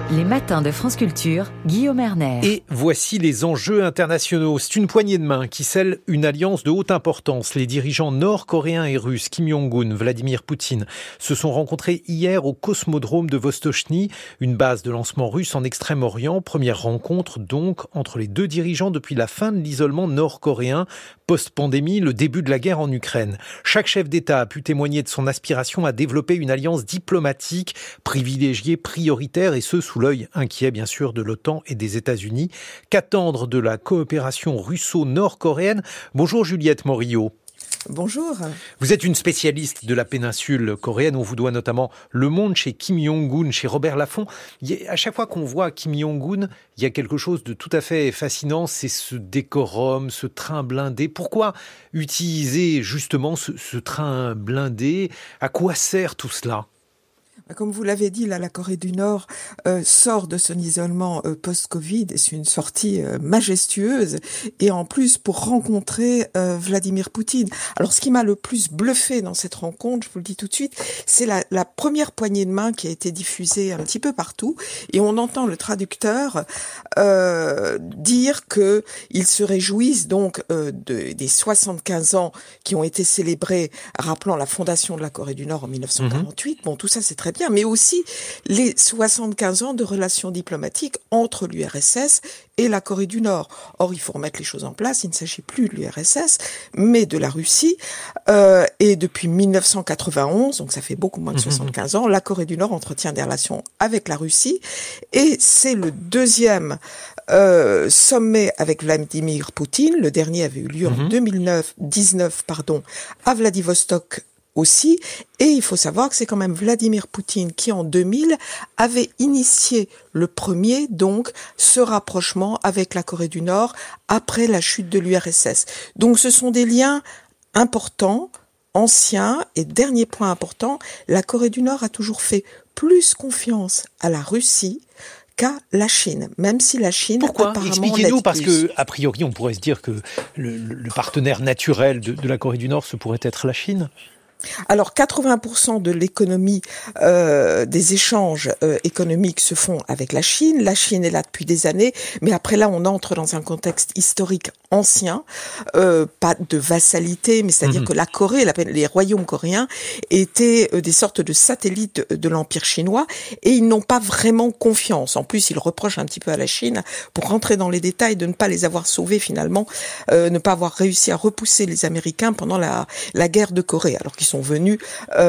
Les matins de France Culture, Guillaume Erner. Et voici les enjeux internationaux. C'est une poignée de main qui scelle une alliance de haute importance. Les dirigeants nord-coréens et russes, Kim Jong-un, Vladimir Poutine, se sont rencontrés hier au cosmodrome de Vostochny, une base de lancement russe en Extrême-Orient. Première rencontre donc entre les deux dirigeants depuis la fin de l'isolement nord-coréen, post-pandémie, le début de la guerre en Ukraine. Chaque chef d'État a pu témoigner de son aspiration à développer une alliance diplomatique privilégiée, prioritaire, et ce sous l'œil inquiet bien sûr de l'OTAN et des États-Unis. Qu'attendre de la coopération russo-nord-coréenne ? Bonjour Juliette Morillo. Bonjour. Vous êtes une spécialiste de la péninsule coréenne. On vous doit notamment Le Monde chez Kim Jong-un, chez Robert Laffont. À chaque fois qu'on voit Kim Jong-un, il y a quelque chose de tout à fait fascinant. C'est ce décorum, ce train blindé. Pourquoi utiliser justement ce train blindé ? À quoi sert tout cela ? Comme vous l'avez dit, là, la Corée du Nord sort de son isolement post-Covid, et c'est une sortie majestueuse, et en plus pour rencontrer Vladimir Poutine. Alors ce qui m'a le plus bluffé dans cette rencontre, je vous le dis tout de suite, c'est la première poignée de main qui a été diffusée un petit peu partout, et on entend le traducteur dire que ils se réjouissent donc des 75 ans qui ont été célébrés, rappelant la fondation de la Corée du Nord en 1948. Bon, tout ça c'est très bien, mais aussi les 75 ans de relations diplomatiques entre l'URSS et la Corée du Nord. Or, il faut remettre les choses en place, il ne s'agit plus de l'URSS, mais de la Russie, et depuis 1991, donc ça fait beaucoup moins de 75 ans, la Corée du Nord entretient des relations avec la Russie, et c'est le deuxième sommet avec Vladimir Poutine. Le dernier avait eu lieu en 2019 à Vladivostok aussi, et il faut savoir que c'est quand même Vladimir Poutine qui en 2000 avait initié le premier, donc, ce rapprochement avec la Corée du Nord après la chute de l'URSS. Donc ce sont des liens importants, anciens, et dernier point important, la Corée du Nord a toujours fait plus confiance à la Russie qu'à la Chine, même si la Chine Pourquoi ? apparemment Expliquez-nous, parce que a priori on pourrait se dire que le partenaire naturel de la Corée du Nord, ce pourrait être la Chine. Alors 80% de l'économie, des échanges économiques se font avec la Chine. La Chine est là depuis des années, mais après là on entre dans un contexte historique ancien, pas de vassalité, mais c'est-à-dire que la Corée, les royaumes coréens étaient des sortes de satellites de l'Empire chinois, et ils n'ont pas vraiment confiance. En plus, ils reprochent un petit peu à la Chine, pour rentrer dans les détails, de ne pas les avoir sauvés finalement, ne pas avoir réussi à repousser les Américains pendant la guerre de Corée, alors qu'ils sont venus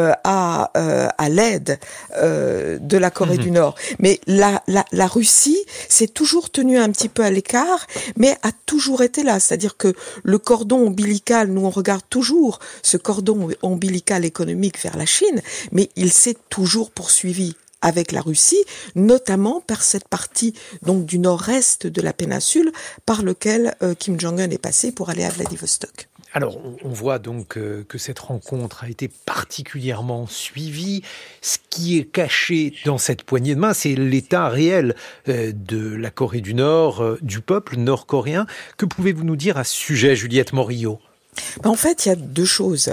à l'aide de la Corée du Nord. Mais la Russie s'est toujours tenue un petit peu à l'écart, mais a toujours été là. C'est-à-dire que le cordon ombilical, nous on regarde toujours ce cordon ombilical économique vers la Chine, mais il s'est toujours poursuivi avec la Russie, notamment par cette partie donc du nord-est de la péninsule par lequel Kim Jong-un est passé pour aller à Vladivostok. Alors, on voit donc que cette rencontre a été particulièrement suivie. Ce qui est caché dans cette poignée de main, c'est l'état réel de la Corée du Nord, du peuple nord-coréen. Que pouvez-vous nous dire à ce sujet, Juliette Morillo ? En fait, il y a deux choses.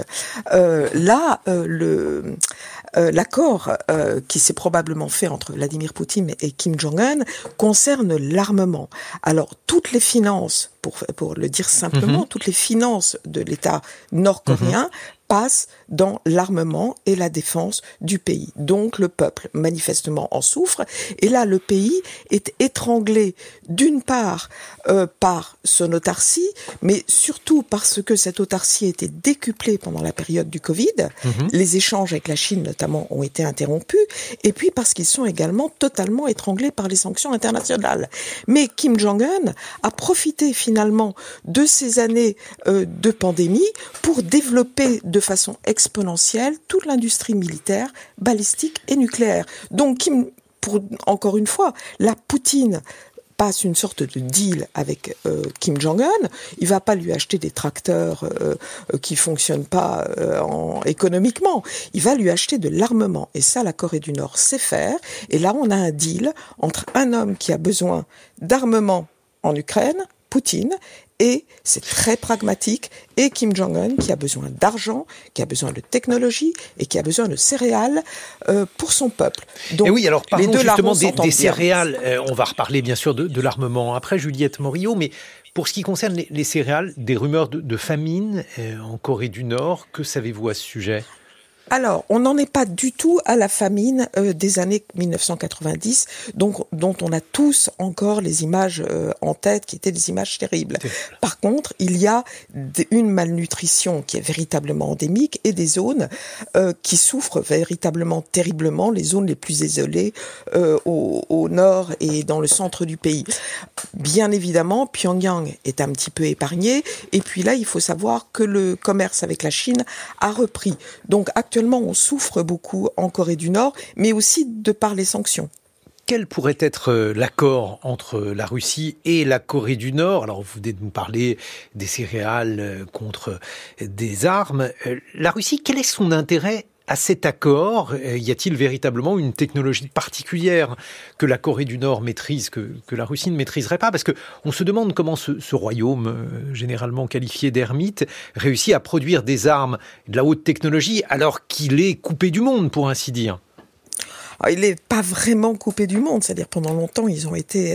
L'accord qui s'est probablement fait entre Vladimir Poutine et Kim Jong-un concerne l'armement. Alors, toutes les finances, pour le dire simplement, toutes les finances de l'État nord-coréen passe dans l'armement et la défense du pays. Donc le peuple manifestement en souffre, et là le pays est étranglé d'une part par son autarcie, mais surtout parce que cette autarcie a été décuplée pendant la période du Covid. Les échanges avec la Chine notamment ont été interrompus, et puis parce qu'ils sont également totalement étranglés par les sanctions internationales. Mais Kim Jong-un a profité finalement de ces années de pandémie pour développer de façon exponentielle toute l'industrie militaire, balistique et nucléaire. Donc, encore une fois, Poutine passe une sorte de deal avec Kim Jong-un. Il va pas lui acheter des tracteurs qui fonctionnent pas économiquement. Il va lui acheter de l'armement. Et ça, la Corée du Nord sait faire. Et là, on a un deal entre un homme qui a besoin d'armement en Ukraine, Poutine, et c'est très pragmatique, et Kim Jong-un qui a besoin d'argent, qui a besoin de technologie et qui a besoin de céréales pour son peuple. Donc, et oui, alors parlons justement des céréales. On va reparler bien sûr de l'armement après, Juliette Morillo, mais pour ce qui concerne les céréales, des rumeurs de famine en Corée du Nord, que savez-vous à ce sujet ? Alors, on n'en est pas du tout à la famine des années 1990, dont on a tous encore les images en tête, qui étaient des images terribles. Par contre, il y a une malnutrition qui est véritablement endémique et des zones qui souffrent véritablement terriblement, les zones les plus isolées au nord et dans le centre du pays. Bien évidemment, Pyongyang est un petit peu épargné, et puis là, il faut savoir que le commerce avec la Chine a repris. Donc, actuellement, on souffre beaucoup en Corée du Nord, mais aussi de par les sanctions. Quel pourrait être l'accord entre la Russie et la Corée du Nord ? Alors, vous venez de nous parler des céréales contre des armes. La Russie, quel est son intérêt à cet accord ? Y a-t-il véritablement une technologie particulière que la Corée du Nord maîtrise, que la Russie ne maîtriserait pas ? Parce que on se demande comment ce royaume, généralement qualifié d'ermite, réussit à produire des armes de la haute technologie alors qu'il est coupé du monde, pour ainsi dire. Il n'est pas vraiment coupé du monde, c'est-à-dire pendant longtemps ils ont été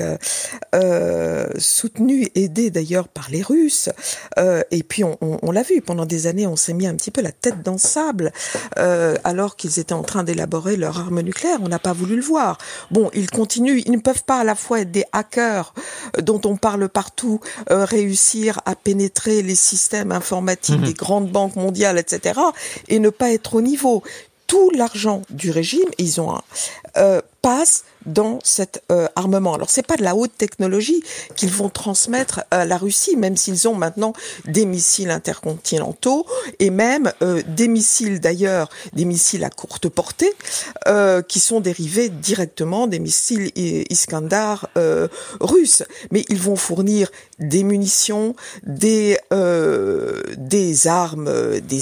soutenus, aidés d'ailleurs par les Russes, et puis on l'a vu, pendant des années on s'est mis un petit peu la tête dans le sable, alors qu'ils étaient en train d'élaborer leur arme nucléaire, on n'a pas voulu le voir. Bon, ils continuent, ils ne peuvent pas à la fois être des hackers dont on parle partout, réussir à pénétrer les systèmes informatiques des grandes banques mondiales, etc., et ne pas être au niveau. Tout l'argent du régime, ils ont passe dans cet armement. Alors c'est pas de la haute technologie qu'ils vont transmettre à la Russie, même s'ils ont maintenant des missiles intercontinentaux et même des missiles d'ailleurs, des missiles à courte portée qui sont dérivés directement des missiles Iskandar russes. Mais ils vont fournir des munitions, des armes,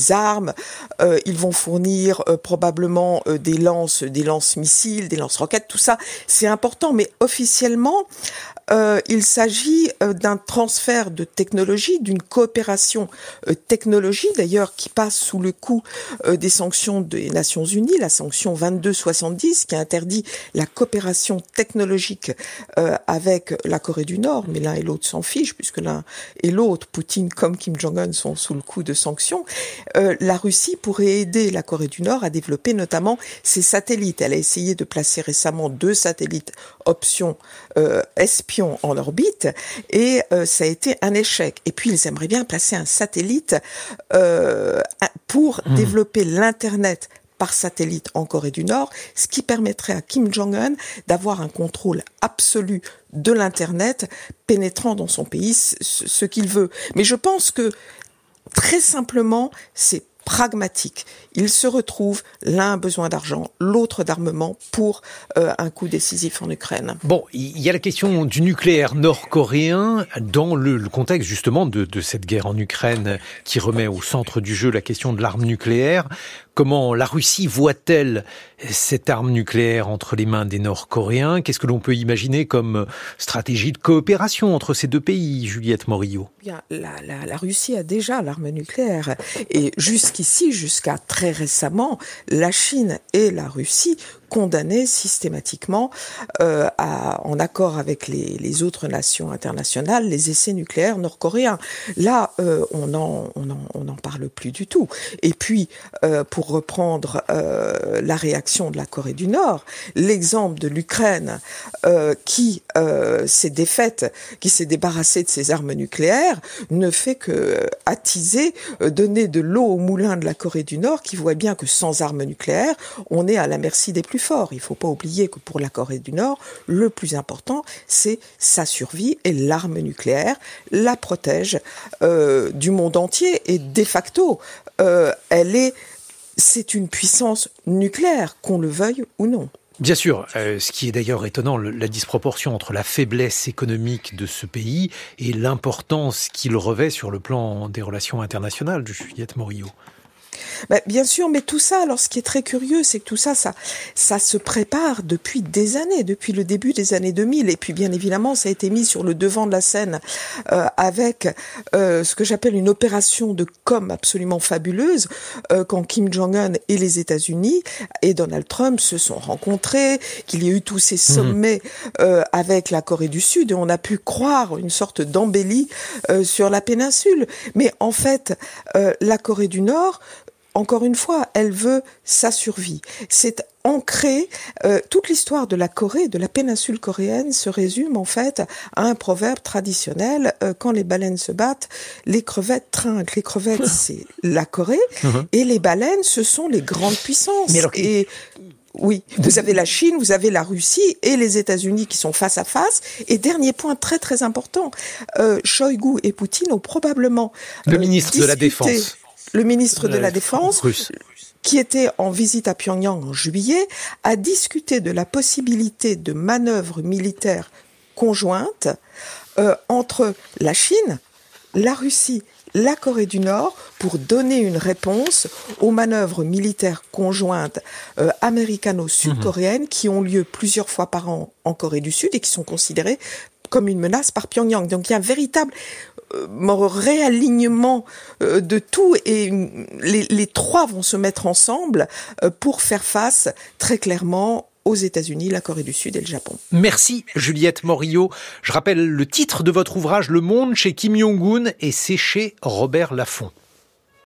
ils vont fournir probablement des lance-missiles, des lance-roquettes, tout ça. C'est important, mais officiellement, il s'agit d'un transfert de technologie, d'une coopération technologique, d'ailleurs, qui passe sous le coup des sanctions des Nations Unies, la sanction 2270, qui interdit la coopération technologique avec la Corée du Nord, mais l'un et l'autre s'en fichent, puisque l'un et l'autre, Poutine comme Kim Jong-un, sont sous le coup de sanctions. La Russie pourrait aider la Corée du Nord à développer notamment ses satellites. Elle a essayé de placer récemment 2 satellites option espions en orbite et ça a été un échec. Et puis ils aimeraient bien placer un satellite pour développer l'internet par satellite en Corée du Nord, ce qui permettrait à Kim Jong-un d'avoir un contrôle absolu de l'internet, pénétrant dans son pays ce qu'il veut. Mais je pense que très simplement, c'est pragmatique. Ils se retrouvent, l'un a besoin d'argent, l'autre d'armement pour un coup décisif en Ukraine. Bon, il y a la question du nucléaire nord-coréen dans le contexte justement de cette guerre en Ukraine qui remet au centre du jeu la question de l'arme nucléaire. Comment la Russie voit-elle cette arme nucléaire entre les mains des Nord-Coréens ? Qu'est-ce que l'on peut imaginer comme stratégie de coopération entre ces deux pays, Juliette Morillo ? Bien, la Russie a déjà l'arme nucléaire. Et jusqu'ici, jusqu'à très récemment, la Chine et la Russie condamnaient systématiquement, en accord avec les autres nations internationales, les essais nucléaires nord-coréens. Là, on n'en parle plus du tout. Et puis, pour reprendre la réaction de la Corée du Nord, l'exemple de l'Ukraine qui s'est défaite, qui s'est débarrassée de ses armes nucléaires, ne fait que attiser, donner de l'eau au moulin de la Corée du Nord, qui voit bien que sans armes nucléaires, on est à la merci des plus forts. Il ne faut pas oublier que pour la Corée du Nord, le plus important, c'est sa survie, et l'arme nucléaire la protège du monde entier, et de facto, c'est une puissance nucléaire, qu'on le veuille ou non. Bien sûr, ce qui est d'ailleurs étonnant, la disproportion entre la faiblesse économique de ce pays et l'importance qu'il revêt sur le plan des relations internationales, de Juliette Morillo. Bien sûr, mais tout ça, alors ce qui est très curieux, c'est que tout ça se prépare depuis des années, depuis le début des années 2000. Et puis bien évidemment, ça a été mis sur le devant de la scène avec ce que j'appelle une opération de com absolument fabuleuse, quand Kim Jong-un et les États-Unis et Donald Trump se sont rencontrés, qu'il y a eu tous ces sommets avec la Corée du Sud, et on a pu croire une sorte d'embellie sur la péninsule. Mais en fait, la Corée du Nord, encore une fois, elle veut sa survie. C'est ancré, toute l'histoire de la Corée, de la péninsule coréenne se résume en fait à un proverbe traditionnel, quand les baleines se battent, les crevettes trinquent. Les crevettes, c'est la Corée, et les baleines, ce sont les grandes puissances. Et oui, vous avez la Chine, vous avez la Russie et les États-Unis qui sont face à face. Et dernier point très très important, Shoigu et Poutine ont probablement le ministre de la Défense. Le ministre de la Défense, russe, qui était en visite à Pyongyang en juillet, a discuté de la possibilité de manœuvres militaires conjointes entre la Chine, la Russie, la Corée du Nord, pour donner une réponse aux manœuvres militaires conjointes américano-sud-coréennes qui ont lieu plusieurs fois par an en Corée du Sud et qui sont considérées comme une menace par Pyongyang. Donc il y a un véritable réalignement de tout, et les trois vont se mettre ensemble pour faire face très clairement aux États-Unis, la Corée du Sud et le Japon. Merci Juliette Morillo. Je rappelle le titre de votre ouvrage Le Monde chez Kim Jong-un, et c'est chez Robert Laffont.